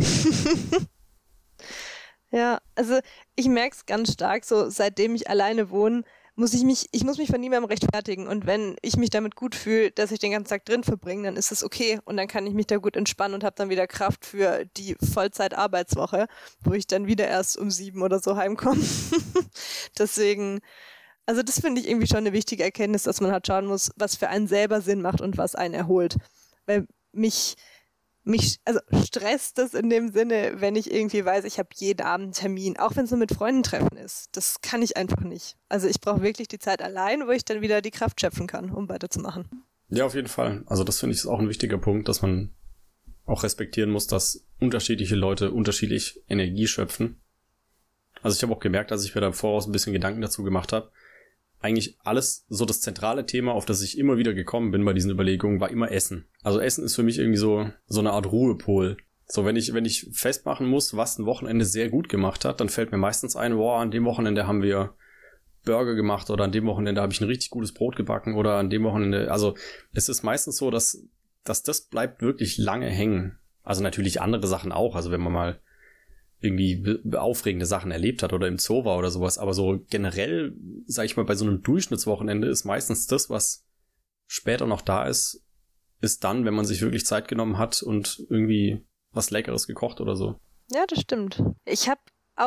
Ja, also ich merke es ganz stark, so seitdem ich alleine wohne, muss ich mich von niemandem rechtfertigen. Und wenn ich mich damit gut fühle, dass ich den ganzen Tag drin verbringe, dann ist es okay. Und dann kann ich mich da gut entspannen und habe dann wieder Kraft für die Vollzeit-Arbeitswoche, wo ich dann wieder erst um 7 oder so heimkomme. Deswegen, also das finde ich irgendwie schon eine wichtige Erkenntnis, dass man halt schauen muss, was für einen selber Sinn macht und was einen erholt. Weil mich stresst das in dem Sinne, wenn ich irgendwie weiß, ich habe jeden Abend einen Termin, auch wenn es nur mit Freunden treffen ist. Das kann ich einfach nicht. Also ich brauche wirklich die Zeit allein, wo ich dann wieder die Kraft schöpfen kann, um weiterzumachen. Ja, auf jeden Fall. Also das finde ich ist auch ein wichtiger Punkt, dass man auch respektieren muss, dass unterschiedliche Leute unterschiedlich Energie schöpfen. Also ich habe auch gemerkt, als ich mir da im Voraus ein bisschen Gedanken dazu gemacht habe, eigentlich alles, so das zentrale Thema, auf das ich immer wieder gekommen bin bei diesen Überlegungen, war immer Essen. Also Essen ist für mich irgendwie so eine Art Ruhepol. So, wenn ich festmachen muss, was ein Wochenende sehr gut gemacht hat, dann fällt mir meistens ein, an dem Wochenende haben wir Burger gemacht oder an dem Wochenende habe ich ein richtig gutes Brot gebacken oder an dem Wochenende, also es ist meistens so, dass das bleibt wirklich lange hängen. Also natürlich andere Sachen auch, also wenn man mal irgendwie aufregende Sachen erlebt hat oder im Zoo war oder sowas. Aber so generell, sag ich mal, bei so einem Durchschnittswochenende ist meistens das, was später noch da ist dann, wenn man sich wirklich Zeit genommen hat und irgendwie was Leckeres gekocht oder so. Ja, das stimmt. Ich habe auch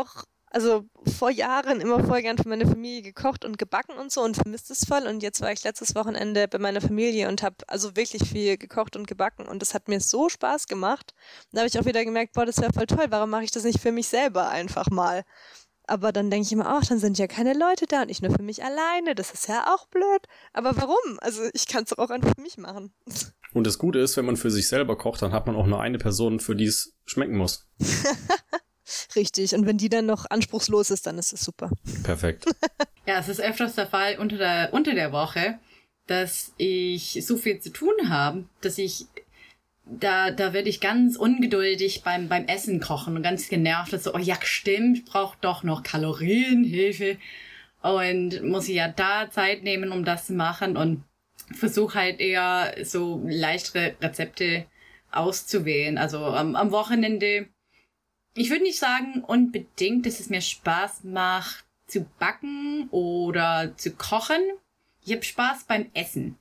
also vor Jahren immer voll gern für meine Familie gekocht und gebacken und so und vermisst es voll. Und jetzt war ich letztes Wochenende bei meiner Familie und habe also wirklich viel gekocht und gebacken und das hat mir so Spaß gemacht. Und da habe ich auch wieder gemerkt, boah, das wäre voll toll, warum mache ich das nicht für mich selber einfach mal? Aber dann denke ich immer, ach, dann sind ja keine Leute da und ich nur für mich alleine, das ist ja auch blöd. Aber warum? Also ich kann es doch auch einfach für mich machen. Und das Gute ist, wenn man für sich selber kocht, dann hat man auch nur eine Person, für die es schmecken muss. Richtig, und wenn die dann noch anspruchslos ist, dann ist es super. Perfekt. Ja, es ist öfters der Fall unter der Woche, dass ich so viel zu tun habe, dass ich da werde ich ganz ungeduldig beim Essen kochen und ganz genervt, dass so, oh ja, stimmt, braucht doch noch Kalorienhilfe und muss ich ja da Zeit nehmen, um das zu machen und versuche halt eher so leichtere Rezepte auszuwählen. Also am Wochenende, ich würde nicht sagen unbedingt, dass es mir Spaß macht zu backen oder zu kochen. Ich habe Spaß beim Essen.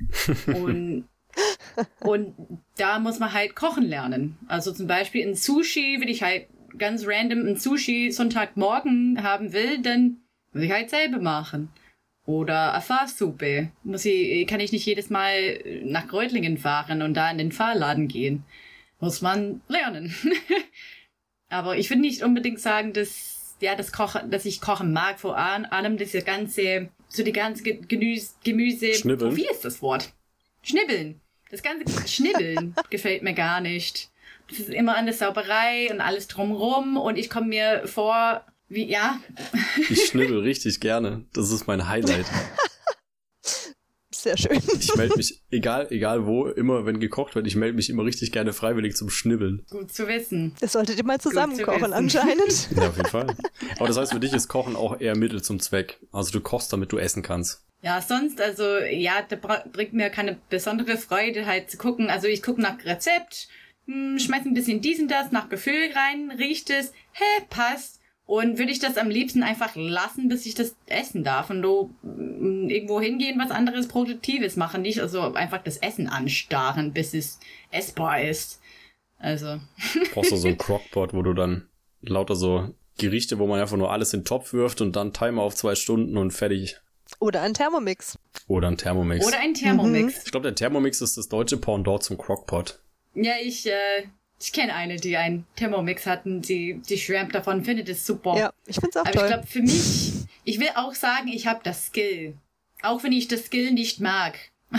Und da muss man halt kochen lernen. Also zum Beispiel ein Sushi, wenn ich halt ganz random ein Sushi Sonntagmorgen haben will, dann muss ich halt selber machen. Oder eine Fahrsuppe. Kann ich nicht jedes Mal nach Reutlingen fahren und da in den Fahrladen gehen. Muss man lernen. Aber ich würde nicht unbedingt sagen, dass ich kochen mag, vor allem die ganze Gemüse. Schnibbeln. Wie ist das Wort? Schnibbeln. Das ganze Schnibbeln gefällt mir gar nicht. Das ist immer an der Sauberei und alles drumrum und ich komme mir vor wie, ja. Ich schnibbel richtig gerne. Das ist mein Highlight. Sehr schön. Ich melde mich, egal wo, immer wenn gekocht wird, ich melde mich immer richtig gerne freiwillig zum Schnibbeln. Gut zu wissen. Das solltet ihr mal zusammen kochen anscheinend. Ja, auf jeden Fall. Aber das heißt, für dich ist Kochen auch eher Mittel zum Zweck. Also du kochst, damit du essen kannst. Ja, sonst, also, ja, da bringt mir keine besondere Freude halt zu gucken. Also ich gucke nach Rezept, schmeiß ein bisschen dies und das, nach Gefühl rein, riecht es, passt. Und würde ich das am liebsten einfach lassen, bis ich das essen darf und irgendwo hingehen, was anderes Produktives machen, nicht also einfach das Essen anstarren, bis es essbar ist. Also. Brauchst du so ein Crockpot, wo du dann lauter so Gerichte, wo man einfach nur alles in den Topf wirft und dann Timer auf 2 Stunden und fertig. Oder ein Thermomix. Oder ein Thermomix. Ich glaube, der Thermomix ist das deutsche Pendant zum Crockpot. Ja, ich kenne eine, die einen Thermomix hatten, die schwärmt davon, findet es super. Ja, ich find's auch toll. Aber ich glaube, für mich, ich will auch sagen, ich habe das Skill. Auch wenn ich das Skill nicht mag.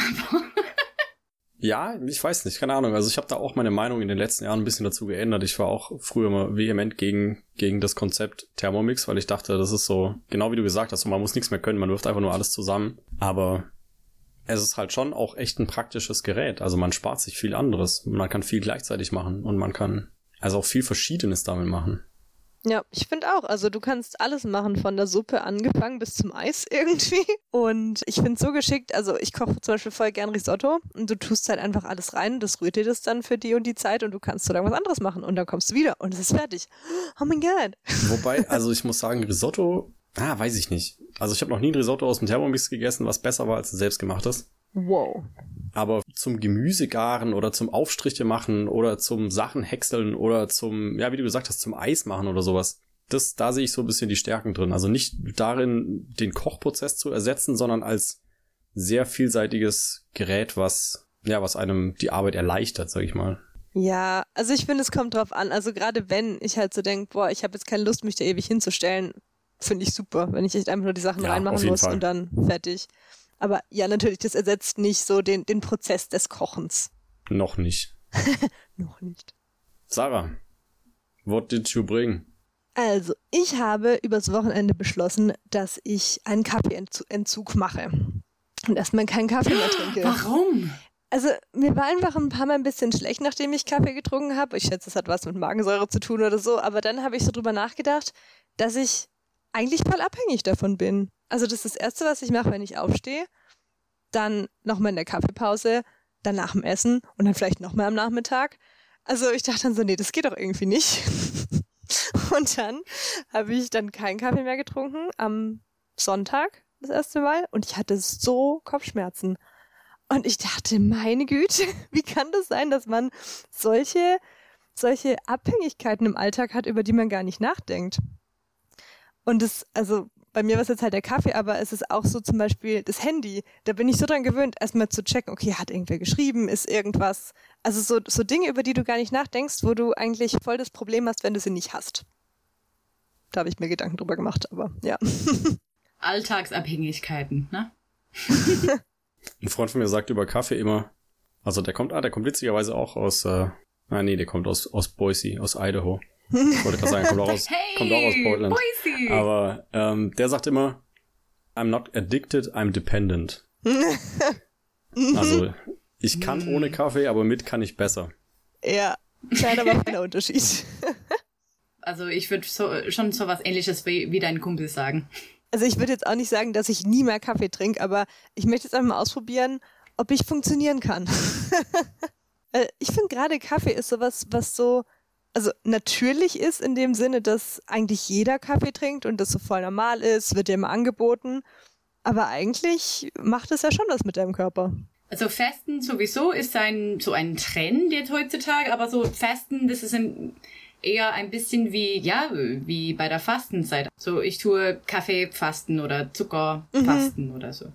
Ja, ich weiß nicht, keine Ahnung. Also ich habe da auch meine Meinung in den letzten Jahren ein bisschen dazu geändert. Ich war auch früher mal vehement gegen das Konzept Thermomix, weil ich dachte, das ist so, genau wie du gesagt hast, man muss nichts mehr können, man wirft einfach nur alles zusammen. Aber es ist halt schon auch echt ein praktisches Gerät. Also man spart sich viel anderes. Man kann viel gleichzeitig machen und man kann also auch viel Verschiedenes damit machen. Ja, ich finde auch. Also du kannst alles machen, von der Suppe angefangen bis zum Eis irgendwie. Und ich finde es so geschickt, also ich koche zum Beispiel voll gern Risotto und du tust halt einfach alles rein, das rührt dir das dann für die und die Zeit und du kannst so lange was anderes machen und dann kommst du wieder und es ist fertig. Oh mein Gott. Wobei, also ich muss sagen, Risotto, weiß ich nicht. Also ich habe noch nie ein Risotto aus dem Thermomix gegessen, was besser war als ein selbstgemachtes. Wow. Aber zum Gemüsegaren oder zum Aufstriche machen oder zum Sachen häckseln oder zum, ja, wie du gesagt hast, zum Eis machen oder sowas. Da sehe ich so ein bisschen die Stärken drin. Also nicht darin, den Kochprozess zu ersetzen, sondern als sehr vielseitiges Gerät, was einem die Arbeit erleichtert, sag ich mal. Ja, also ich finde, es kommt drauf an. Also gerade wenn ich halt so denke, boah, ich habe jetzt keine Lust, mich da ewig hinzustellen, finde ich super, wenn ich echt einfach nur die Sachen reinmachen muss und dann fertig. Aber ja, natürlich, das ersetzt nicht so den Prozess des Kochens. Noch nicht. Noch nicht. Sarah, what did you bring? Also, ich habe übers Wochenende beschlossen, dass ich einen Kaffeeentzug mache. Und erstmal keinen Kaffee mehr trinke. Warum? Also, mir war einfach ein paar Mal ein bisschen schlecht, nachdem ich Kaffee getrunken habe. Ich schätze, es hat was mit Magensäure zu tun oder so. Aber dann habe ich so drüber nachgedacht, dass ich eigentlich voll abhängig davon bin. Also das ist das Erste, was ich mache, wenn ich aufstehe. Dann nochmal in der Kaffeepause, dann nach dem Essen und dann vielleicht nochmal am Nachmittag. Also ich dachte dann so, nee, das geht doch irgendwie nicht. Und dann habe ich dann keinen Kaffee mehr getrunken am Sonntag das erste Mal und ich hatte so Kopfschmerzen. Und ich dachte, meine Güte, wie kann das sein, dass man solche Abhängigkeiten im Alltag hat, über die man gar nicht nachdenkt? Und also bei mir war es jetzt halt der Kaffee, aber es ist auch so zum Beispiel das Handy. Da bin ich so dran gewöhnt, erstmal zu checken, okay, hat irgendwer geschrieben, ist irgendwas. Also so Dinge, über die du gar nicht nachdenkst, wo du eigentlich voll das Problem hast, wenn du sie nicht hast. Da habe ich mir Gedanken drüber gemacht, aber ja. Alltagsabhängigkeiten, ne? Ein Freund von mir sagt über Kaffee immer, also der kommt witzigerweise auch aus, der kommt aus Boise, aus Idaho. Ich wollte gerade sagen, kommt auch aus Portland. Boise! Aber der sagt immer, I'm not addicted, I'm dependent. Also ich kann ohne Kaffee, aber mit kann ich besser. Ja, kleiner, aber feiner Unterschied. Also ich würde schon so was Ähnliches wie dein Kumpel sagen. Also ich würde jetzt auch nicht sagen, dass ich nie mehr Kaffee trinke, aber ich möchte jetzt einmal ausprobieren, ob ich funktionieren kann. Ich finde gerade Kaffee ist sowas, was so also natürlich ist in dem Sinne, dass eigentlich jeder Kaffee trinkt und das so voll normal ist, wird dir immer angeboten. Aber eigentlich macht es ja schon was mit deinem Körper. Also Fasten sowieso ist so ein Trend jetzt heutzutage, aber so Fasten, das ist eher ein bisschen wie bei der Fastenzeit. So ich tue Kaffeefasten oder Zuckerfasten oder so.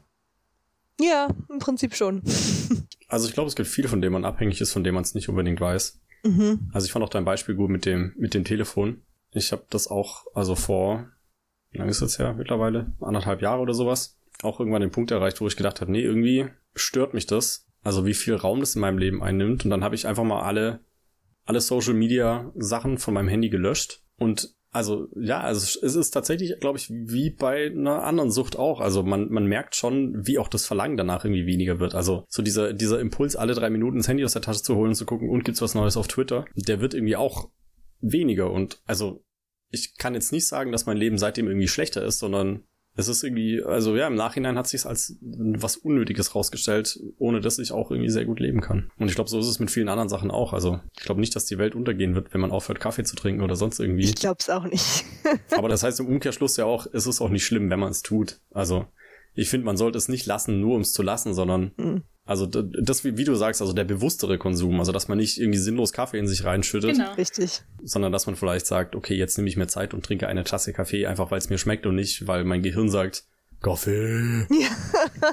Ja, im Prinzip schon. Also ich glaube, es gibt viele, von denen man abhängig ist, von denen man es nicht unbedingt weiß. Also ich fand auch dein Beispiel gut mit dem Telefon. Ich habe das auch, also wie lange ist das her mittlerweile? 1,5 Jahre oder sowas. Auch irgendwann den Punkt erreicht, wo ich gedacht habe, nee, irgendwie stört mich das. Also wie viel Raum das in meinem Leben einnimmt. Und dann habe ich einfach mal alle Social Media Sachen von meinem Handy gelöscht. Und also es ist tatsächlich, glaube ich, wie bei einer anderen Sucht auch. Also man merkt schon, wie auch das Verlangen danach irgendwie weniger wird. Also so dieser Impuls, alle 3 Minuten das Handy aus der Tasche zu holen und zu gucken, und gibt's was Neues auf Twitter, der wird irgendwie auch weniger. Und also ich kann jetzt nicht sagen, dass mein Leben seitdem irgendwie schlechter ist, sondern es ist irgendwie, also ja, im Nachhinein hat sich's als was Unnötiges rausgestellt, ohne dass ich auch irgendwie sehr gut leben kann. Und ich glaube, so ist es mit vielen anderen Sachen auch. Also ich glaube nicht, dass die Welt untergehen wird, wenn man aufhört, Kaffee zu trinken oder sonst irgendwie. Ich glaube es auch nicht. Aber das heißt im Umkehrschluss ja auch, es ist auch nicht schlimm, wenn man es tut. Also ich finde, man sollte es nicht lassen, nur um es zu lassen, sondern also das, wie du sagst, also der bewusstere Konsum, also dass man nicht irgendwie sinnlos Kaffee in sich reinschüttet. Genau. Richtig. Sondern dass man vielleicht sagt, okay, jetzt nehme ich mir Zeit und trinke eine Tasse Kaffee, einfach weil es mir schmeckt und nicht, weil mein Gehirn sagt, Kaffee. Ja.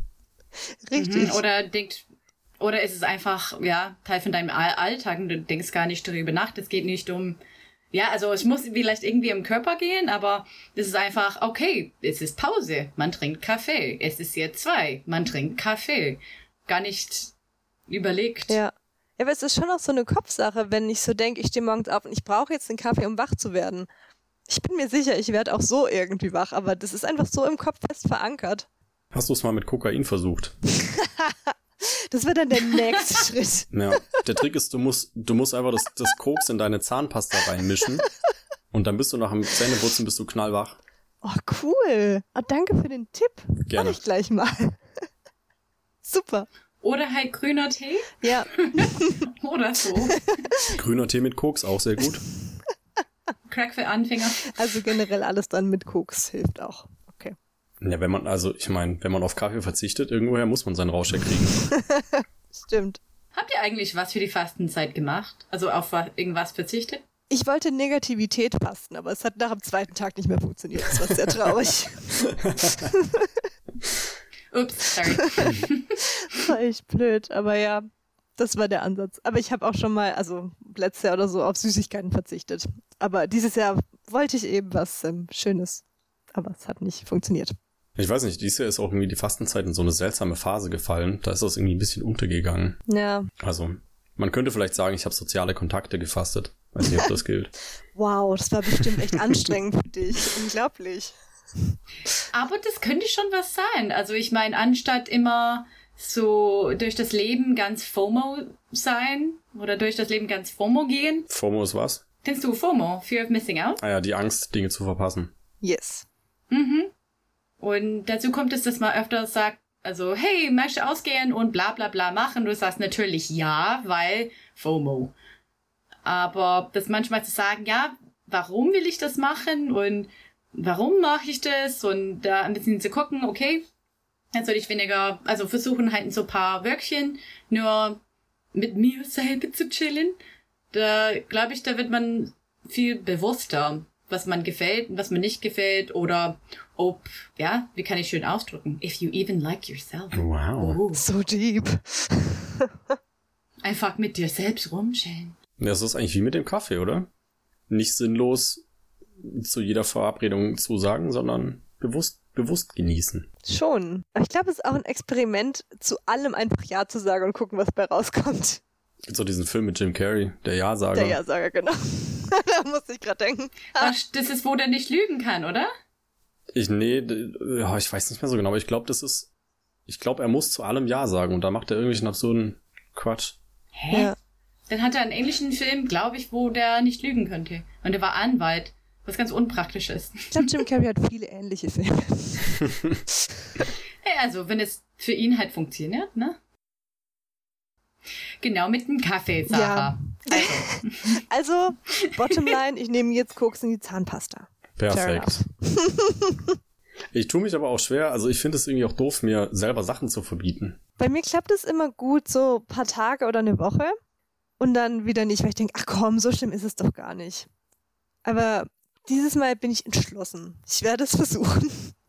Richtig. Oder ist es einfach, Teil von deinem Alltag und du denkst gar nicht darüber nach. Es geht nicht um, also es muss vielleicht irgendwie im Körper gehen, aber es ist einfach, okay, es ist Pause, man trinkt Kaffee. Es ist jetzt 2, man trinkt Kaffee. Gar nicht überlegt. Ja. Ja, aber es ist schon auch so eine Kopfsache, wenn ich so denke, ich stehe morgens auf und ich brauche jetzt einen Kaffee, um wach zu werden. Ich bin mir sicher, ich werde auch so irgendwie wach, aber das ist einfach so im Kopf fest verankert. Hast du es mal mit Kokain versucht? Das wird dann der nächste Schritt. Ja, der Trick ist, du musst einfach das Koks in deine Zahnpasta reinmischen und dann bist du nach dem Zähneputzen knallwach. Oh, cool. Oh, danke für den Tipp. Gerne. Mach ich gleich mal. Super. Oder halt grüner Tee. Ja. Oder so. Grüner Tee mit Koks, auch sehr gut. Crack für Anfänger. Also generell alles dann mit Koks hilft auch. Okay. Ja, wenn man auf Kaffee verzichtet, irgendwoher muss man seinen Rausch ja kriegen. Stimmt. Habt ihr eigentlich was für die Fastenzeit gemacht? Also auf irgendwas verzichtet? Ich wollte Negativität fasten, aber es hat nach dem 2. Tag nicht mehr funktioniert. Das war sehr traurig. Ups, sorry. Das war echt blöd, aber ja, das war der Ansatz. Aber ich habe auch schon mal, also letztes Jahr oder so, auf Süßigkeiten verzichtet. Aber dieses Jahr wollte ich eben was Schönes. Aber es hat nicht funktioniert. Ich weiß nicht, dieses Jahr ist auch irgendwie die Fastenzeit in so eine seltsame Phase gefallen. Da ist das irgendwie ein bisschen untergegangen. Ja. Also, man könnte vielleicht sagen, ich habe soziale Kontakte gefastet. Weiß nicht, ob das gilt. Wow, das war bestimmt echt anstrengend für dich. Unglaublich. Aber das könnte schon was sein. Also ich meine, anstatt immer so durch das Leben ganz FOMO sein oder durch das Leben ganz FOMO gehen. FOMO ist was? Kennst du FOMO? Fear of Missing Out? Ah ja, die Angst, Dinge zu verpassen. Yes. Mhm. Und dazu kommt es, dass man öfter sagt, also, hey, möchtest du ausgehen und bla bla bla machen? Du sagst natürlich ja, weil FOMO. Aber das manchmal zu sagen, ja, warum will ich das machen und warum mache ich das? Und da ein bisschen zu gucken, okay, dann soll ich weniger, also versuchen halt so ein paar Wörkchen nur mit mir selber zu chillen. Da, glaube ich, da wird man viel bewusster was man gefällt und was man nicht gefällt oder ob, ja, wie kann ich schön ausdrücken? If you even like yourself. Wow. So deep. Einfach mit dir selbst rumchillen. Ja, das ist eigentlich wie mit dem Kaffee, oder? Nicht sinnlos zu jeder Verabredung zusagen, sondern bewusst genießen. Schon. Aber ich glaube, es ist auch ein Experiment, zu allem einfach Ja zu sagen und gucken, was bei rauskommt. Gibt so diesen Film mit Jim Carrey, der Ja-Sager. Der Ja-Sager, genau. Da musste ich gerade denken. Ach, das ist, wo der nicht lügen kann, oder? Ich weiß nicht mehr so genau, aber ich glaube, er muss zu allem Ja sagen und da macht er irgendwelchen absurden Quatsch. Hä? Ja. Dann hat er einen englischen Film, glaube ich, wo der nicht lügen könnte. Und der war Anwalt, was ganz unpraktisch ist. Ich glaube, Jim Carrey hat viele ähnliche Filme. Ja, also, wenn es für ihn halt funktioniert, ne? Genau, mit dem Kaffee, Sarah. Ja. Also, Bottomline, ich nehme jetzt Koks in die Zahnpasta. Perfekt. Ich tue mich aber auch schwer, also ich finde es irgendwie auch doof, mir selber Sachen zu verbieten. Bei mir klappt es immer gut, so ein paar Tage oder eine Woche und dann wieder nicht, weil ich denke, ach komm, so schlimm ist es doch gar nicht. Aber dieses Mal bin ich entschlossen. Ich werde es versuchen.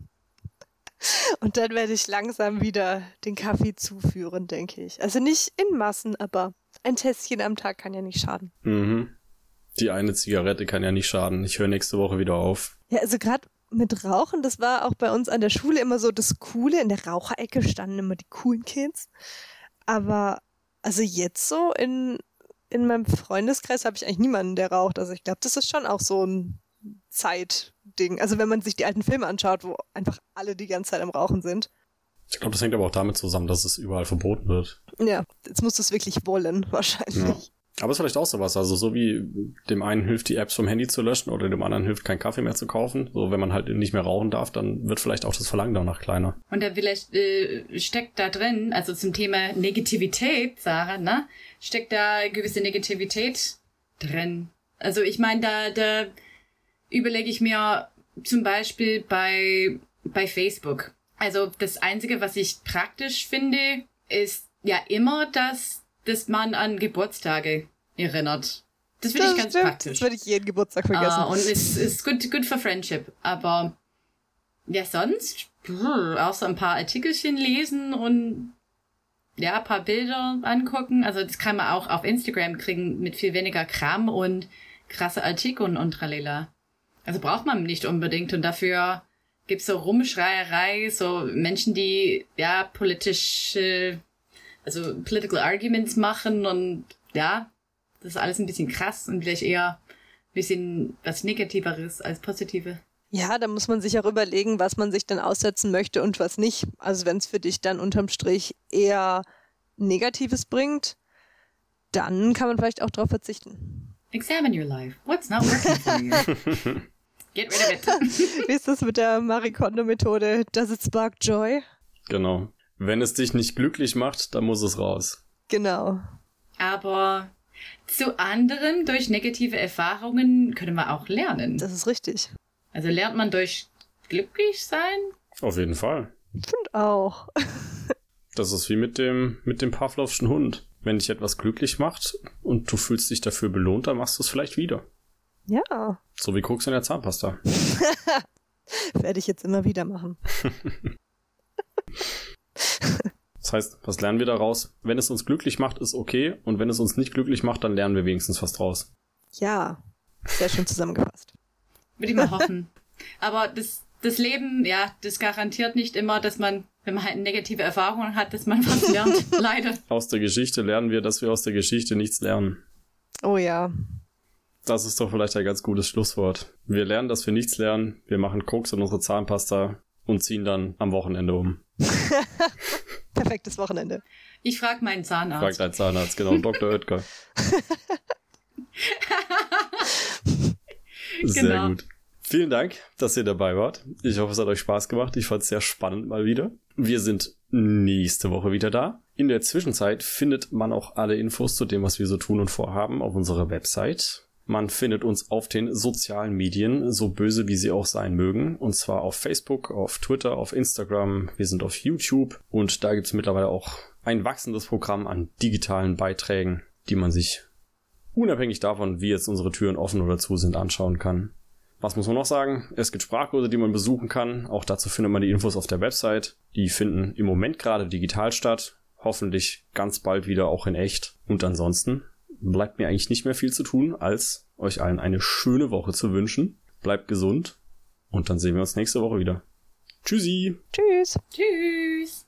Und dann werde ich langsam wieder den Kaffee zuführen, denke ich. Also nicht in Massen, aber ein Tässchen am Tag kann ja nicht schaden. Mhm. Die eine Zigarette kann ja nicht schaden. Ich höre nächste Woche wieder auf. Ja, also gerade mit Rauchen, das war auch bei uns an der Schule immer so das Coole. In der Raucherecke standen immer die coolen Kids. Aber also jetzt so in meinem Freundeskreis habe ich eigentlich niemanden, der raucht. Also ich glaube, das ist schon auch so ein Zeitding. Also wenn man sich die alten Filme anschaut, wo einfach alle die ganze Zeit am Rauchen sind. Ich glaube, das hängt aber auch damit zusammen, dass es überall verboten wird. Ja, jetzt musst du es wirklich wollen, wahrscheinlich. Ja. Aber es ist vielleicht auch sowas, also so wie dem einen hilft, die Apps vom Handy zu löschen oder dem anderen hilft, keinen Kaffee mehr zu kaufen. So, wenn man halt nicht mehr rauchen darf, dann wird vielleicht auch das Verlangen danach kleiner. Und da vielleicht steckt da drin, also zum Thema Negativität, Sarah, ne? Steckt da gewisse Negativität drin. Also ich meine, da überlege ich mir zum Beispiel bei Facebook. Also das Einzige, was ich praktisch finde, ist ja immer, dass man an Geburtstage erinnert. Das finde ich ganz praktisch. Das würde ich jeden Geburtstag vergessen. Und es ist good for friendship. Aber ja, sonst auch so ein paar Artikelchen lesen und ja, ein paar Bilder angucken. Also das kann man auch auf Instagram kriegen mit viel weniger Kram und krasse Artikel und tralala. Also braucht man nicht unbedingt. Und dafür gibt's so Rumschreierei, so Menschen, die ja political arguments machen und ja, das ist alles ein bisschen krass und vielleicht eher ein bisschen was Negativeres als Positive. Ja, da muss man sich auch überlegen, was man sich dann aussetzen möchte und was nicht. Also wenn es für dich dann unterm Strich eher Negatives bringt, dann kann man vielleicht auch darauf verzichten. Examine your life. What's not working for you? Get rid of it. Wie ist das mit der Marie Kondo-Methode? Does it spark joy? Genau. Wenn es dich nicht glücklich macht, dann muss es raus. Genau. Aber zu anderem, durch negative Erfahrungen können wir auch lernen. Das ist richtig. Also lernt man durch glücklich sein? Auf jeden Fall. Ich finde auch. Das ist wie mit dem Pavlovschen Hund. Wenn dich etwas glücklich macht und du fühlst dich dafür belohnt, dann machst du es vielleicht wieder. Ja. So wie Koks in der Zahnpasta. Werde ich jetzt immer wieder machen. Das heißt, was lernen wir daraus? Wenn es uns glücklich macht, ist okay. Und wenn es uns nicht glücklich macht, dann lernen wir wenigstens was draus. Ja, sehr schön zusammengefasst. Würde ich mal hoffen. Aber das Leben, ja, das garantiert nicht immer, dass man, wenn man halt negative Erfahrungen hat, dass man was lernt. Leider. Aus der Geschichte lernen wir, dass wir aus der Geschichte nichts lernen. Oh ja. Das ist doch vielleicht ein ganz gutes Schlusswort. Wir lernen, dass wir nichts lernen. Wir machen Koks in unsere Zahnpasta und ziehen dann am Wochenende um. Perfektes Wochenende. Ich frage meinen Zahnarzt. Fragt dein Zahnarzt, genau, Dr. Oetker. Sehr Genau. gut. Vielen Dank, dass ihr dabei wart. Ich hoffe, es hat euch Spaß gemacht. Ich fand es sehr spannend mal wieder. Wir sind nächste Woche wieder da. In der Zwischenzeit findet man auch alle Infos zu dem, was wir so tun und vorhaben, auf unserer Website. Man findet uns auf den sozialen Medien, so böse wie sie auch sein mögen. Und zwar auf Facebook, auf Twitter, auf Instagram. Wir sind auf YouTube. Und da gibt es mittlerweile auch ein wachsendes Programm an digitalen Beiträgen, die man sich unabhängig davon, wie jetzt unsere Türen offen oder zu sind, anschauen kann. Was muss man noch sagen? Es gibt Sprachkurse, die man besuchen kann. Auch dazu findet man die Infos auf der Website. Die finden im Moment gerade digital statt. Hoffentlich ganz bald wieder auch in echt. Und ansonsten bleibt mir eigentlich nicht mehr viel zu tun, als euch allen eine schöne Woche zu wünschen. Bleibt gesund und dann sehen wir uns nächste Woche wieder. Tschüssi! Tschüss! Tschüss!